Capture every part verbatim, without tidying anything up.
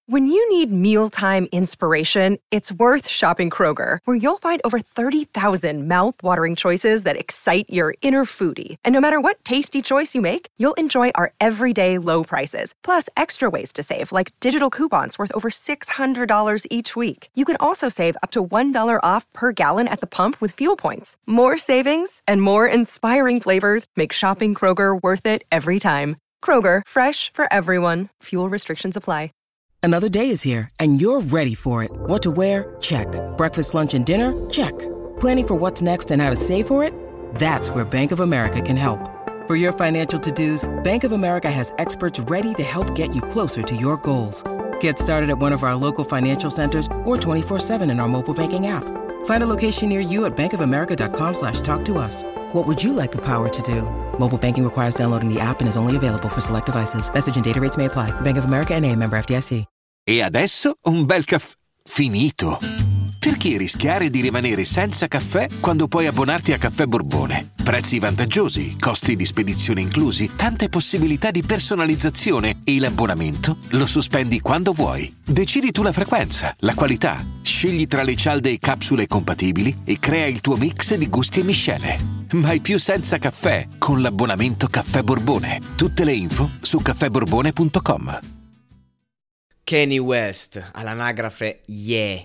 When you need mealtime inspiration, it's worth shopping Kroger, where you'll find over thirty thousand mouth-watering choices that excite your inner foodie. And no matter what tasty choice you make, you'll enjoy our everyday low prices, plus extra ways to save, like digital coupons worth over six hundred dollars each week. You can also save up to one dollar off per gallon at the pump with fuel points. More savings and more inspiring flavors make shopping Kroger worth it every time. Kroger, fresh for everyone. Fuel restrictions apply. Another day is here, and you're ready for it. What to wear? Check. Breakfast, lunch, and dinner? Check. Planning for what's next and how to save for it? That's where Bank of America can help. For your financial to-dos, Bank of America has experts ready to help get you closer to your goals. Get started at one of our local financial centers or twenty-four seven in our mobile banking app. Find a location near you at bankofamerica.com slash talk to us. What would you like the power to do? Mobile banking requires downloading the app and is only available for select devices. Message and data rates may apply. Bank of America N A, member F D I C. E adesso un bel caffè finito. Perché rischiare di rimanere senza caffè quando puoi abbonarti a Caffè Borbone? Prezzi vantaggiosi, costi di spedizione inclusi, tante possibilità di personalizzazione e l'abbonamento lo sospendi quando vuoi. Decidi tu la frequenza, la qualità, scegli tra le cialde e capsule compatibili e crea il tuo mix di gusti e miscele. Mai più senza caffè con l'abbonamento Caffè Borbone. Tutte le info su caffè borbone punto com. Kanye West, all'anagrafe Yeah,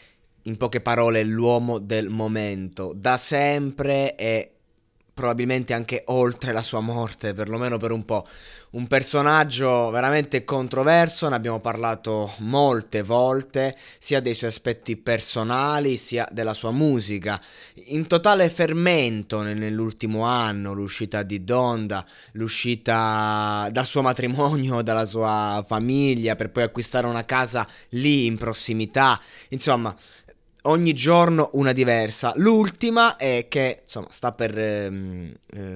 in poche parole l'uomo del momento, da sempre e probabilmente anche oltre la sua morte, perlomeno per un po'. Un personaggio veramente controverso, ne abbiamo parlato molte volte, sia dei suoi aspetti personali sia della sua musica. In totale fermento nell'ultimo anno, l'uscita di Donda, l'uscita dal suo matrimonio, dalla sua famiglia, per poi acquistare una casa lì in prossimità, insomma ogni giorno una diversa. L'ultima è che insomma sta per ehm,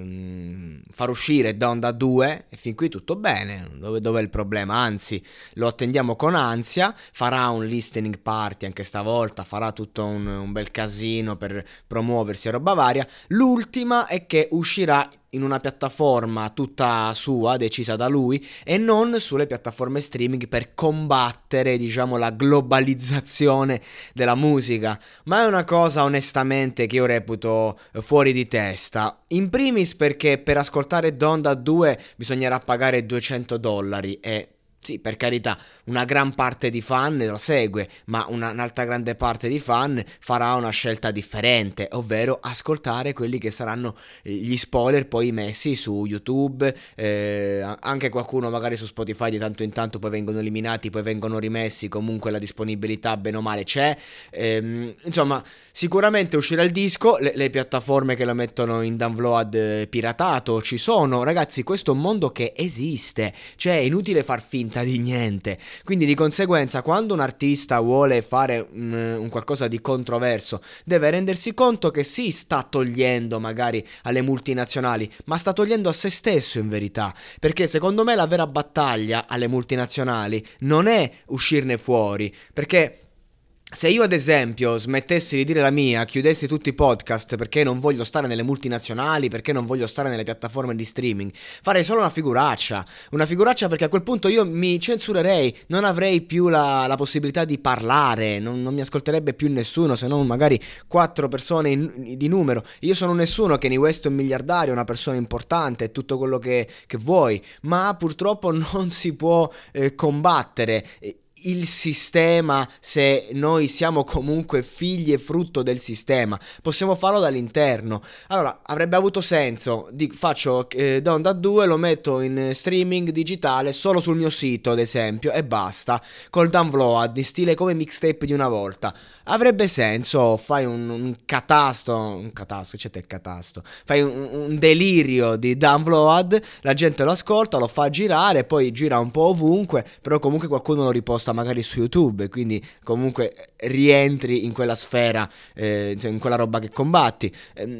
ehm, far uscire Donda due e fin qui tutto bene. Dove, dove è il problema? Anzi, lo attendiamo con ansia. Farà un listening party anche stavolta, farà tutto un, un bel casino per promuoversi e roba varia. L'ultima è che uscirà in una piattaforma tutta sua, decisa da lui, e non sulle piattaforme streaming per combattere, diciamo, la globalizzazione della musica. Ma è una cosa onestamente che io reputo fuori di testa. In primis perché per ascoltare Donda due bisognerà pagare duecento dollari e... sì, per carità, una gran parte di fan la segue, ma una, un'altra grande parte di fan farà una scelta differente, ovvero ascoltare quelli che saranno gli spoiler poi messi su YouTube, eh, anche qualcuno magari su Spotify di tanto in tanto poi vengono eliminati, poi vengono rimessi, comunque la disponibilità bene o male c'è, ehm, insomma sicuramente uscirà il disco, le, le piattaforme che lo mettono in download eh, piratato ci sono, ragazzi, questo è un mondo che esiste, cioè è inutile far finta di niente, quindi di conseguenza quando un artista vuole fare un, un qualcosa di controverso deve rendersi conto che si sta togliendo magari alle multinazionali, ma sta togliendo a se stesso in verità, perché secondo me la vera battaglia alle multinazionali non è uscirne fuori, perché se io ad esempio smettessi di dire la mia, chiudessi tutti i podcast perché non voglio stare nelle multinazionali, perché non voglio stare nelle piattaforme di streaming, farei solo una figuraccia, una figuraccia perché a quel punto io mi censurerei, non avrei più la, la possibilità di parlare, non, non mi ascolterebbe più nessuno se non magari quattro persone in, di numero. Io sono nessuno, Kanye West è un miliardario, una persona importante, è tutto quello che, che vuoi, ma purtroppo non si può eh, combattere il sistema se noi siamo comunque figli e frutto del sistema. Possiamo farlo dall'interno. Allora avrebbe avuto senso di, faccio eh, Donda due, lo metto in streaming digitale solo sul mio sito ad esempio e basta, col download in stile come mixtape di una volta. Avrebbe senso. Fai un, un catasto un catasto c'è te il catasto fai un, un delirio di download, la gente lo ascolta, lo fa girare, poi gira un po' ovunque, però comunque qualcuno lo riposta magari su YouTube, quindi comunque rientri in quella sfera, eh, in quella roba che combatti. Eh,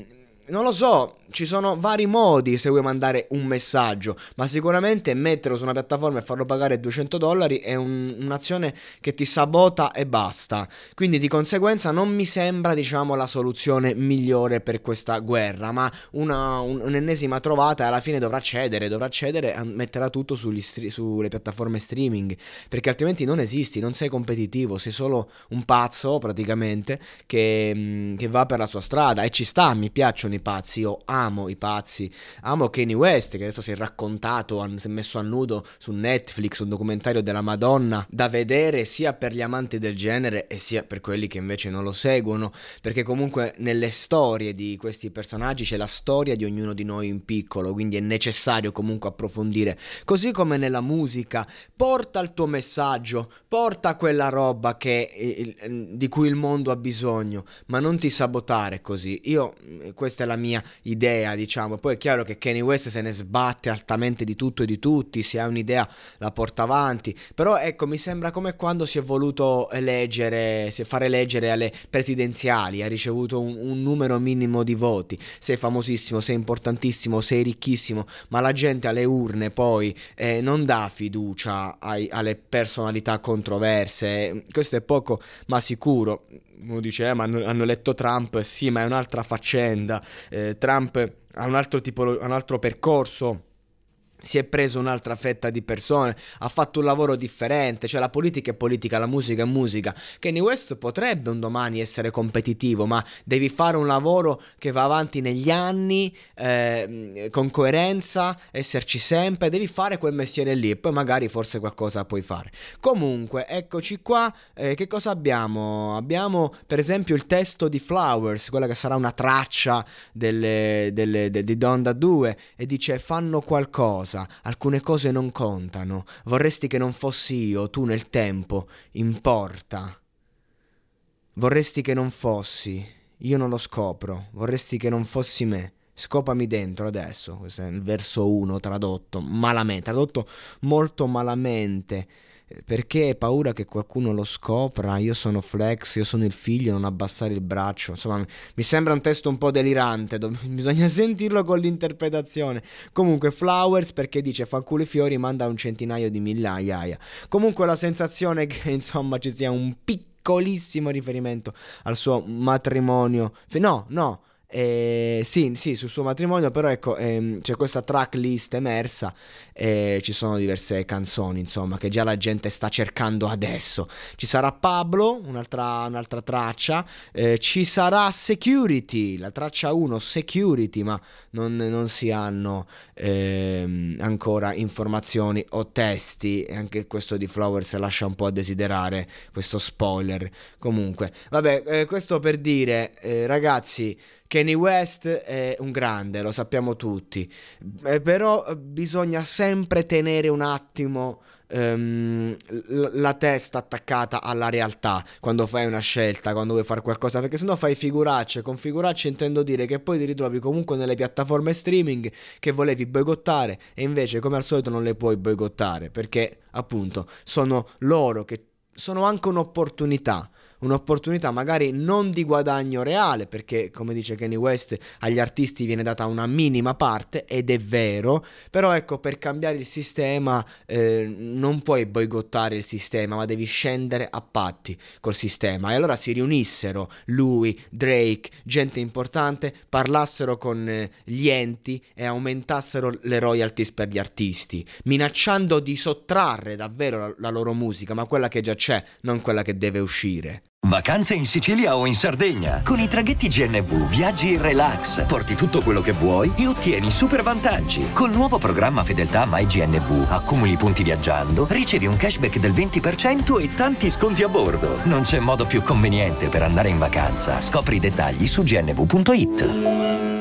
non lo so, ci sono vari modi se vuoi mandare un messaggio, ma sicuramente metterlo su una piattaforma e farlo pagare duecento dollari è un, un'azione che ti sabota e basta. Quindi di conseguenza non mi sembra, diciamo, la soluzione migliore per questa guerra, ma una, un, un'ennesima trovata, e alla fine dovrà cedere, dovrà cedere, metterà tutto sugli stri- sulle piattaforme streaming, perché altrimenti non esisti, non sei competitivo, sei solo un pazzo praticamente che, che va per la sua strada. E ci sta, mi piacciono i pazzi, io amo i pazzi, amo Kanye West, che adesso si è raccontato, si è messo a nudo su Netflix, un documentario della Madonna da vedere sia per gli amanti del genere e sia per quelli che invece non lo seguono, perché comunque nelle storie di questi personaggi c'è la storia di ognuno di noi in piccolo, quindi è necessario comunque approfondire. Così come nella musica, porta il tuo messaggio, porta quella roba che, di cui il mondo ha bisogno, ma non ti sabotare così. Io, questa è la mia idea, diciamo. Poi è chiaro che Kanye West se ne sbatte altamente di tutto e di tutti, se ha un'idea la porta avanti, però ecco, mi sembra come quando si è voluto eleggere, si fare eleggere alle presidenziali, ha ricevuto un, un numero minimo di voti, sei famosissimo, sei importantissimo, sei ricchissimo, ma la gente alle urne poi eh, non dà fiducia ai, alle personalità controverse. Questo è poco ma sicuro. Uno dice, eh, ma hanno, hanno eletto Trump, sì, ma è un'altra faccenda. eh, Trump ha un altro tipo, un altro percorso, si è preso un'altra fetta di persone, ha fatto un lavoro differente, cioè la politica è politica, la musica è musica. Kanye West potrebbe un domani essere competitivo, ma devi fare un lavoro che va avanti negli anni, eh, con coerenza, esserci sempre, devi fare quel mestiere lì e poi magari forse qualcosa puoi fare. Comunque, eccoci qua, eh, che cosa abbiamo? Abbiamo per esempio il testo di Flowers, quella che sarà una traccia delle, delle, de, di Donda due, e dice: fanno qualcosa, alcune cose non contano, vorresti che non fossi io, tu nel tempo, importa. Vorresti che non fossi, io non lo scopro, vorresti che non fossi me, scopami dentro adesso. Questo è il verso uno tradotto malamente, tradotto molto malamente. Perché hai paura che qualcuno lo scopra? Io sono Flex, io sono il figlio, non abbassare il braccio. Insomma, mi sembra un testo un po' delirante, dov- bisogna sentirlo con l'interpretazione. Comunque Flowers, perché dice fanculo i fiori, manda un centinaio di migliaia. Comunque la sensazione è che insomma ci sia un piccolissimo riferimento al suo matrimonio. No, no Eh, sì, sì, sul suo matrimonio, però ecco, ehm, c'è questa tracklist emersa e ci sono diverse canzoni, insomma, che già la gente sta cercando adesso. Ci sarà Pablo, un'altra, un'altra traccia, eh, ci sarà Security, la traccia uno, Security, ma non, non si hanno ehm, ancora informazioni o testi, e anche questo di Flowers lascia un po' a desiderare, questo spoiler. Comunque, vabbè, eh, questo per dire, eh, ragazzi, Kanye West è un grande, lo sappiamo tutti, eh, però bisogna sempre tenere un attimo ehm, la testa attaccata alla realtà quando fai una scelta, quando vuoi fare qualcosa, perché sennò fai figuracce. Con figuracce intendo dire che poi ti ritrovi comunque nelle piattaforme streaming che volevi boicottare e invece come al solito non le puoi boicottare, perché appunto sono loro che sono anche un'opportunità. Un'opportunità magari non di guadagno reale, perché come dice Kanye West agli artisti viene data una minima parte, ed è vero, però ecco, per cambiare il sistema eh, non puoi boicottare il sistema, ma devi scendere a patti col sistema. E allora si riunissero lui, Drake, gente importante, parlassero con eh, gli enti e aumentassero le royalties per gli artisti, minacciando di sottrarre davvero la, la loro musica, ma quella che già c'è, non quella che deve uscire. Vacanze in Sicilia o in Sardegna. Con i traghetti G N V viaggi in relax, porti tutto quello che vuoi e ottieni super vantaggi. Col nuovo programma Fedeltà MyGNV accumuli punti viaggiando, ricevi un cashback del venti per cento e tanti sconti a bordo. Non c'è modo più conveniente per andare in vacanza. Scopri i dettagli su gnv punto it.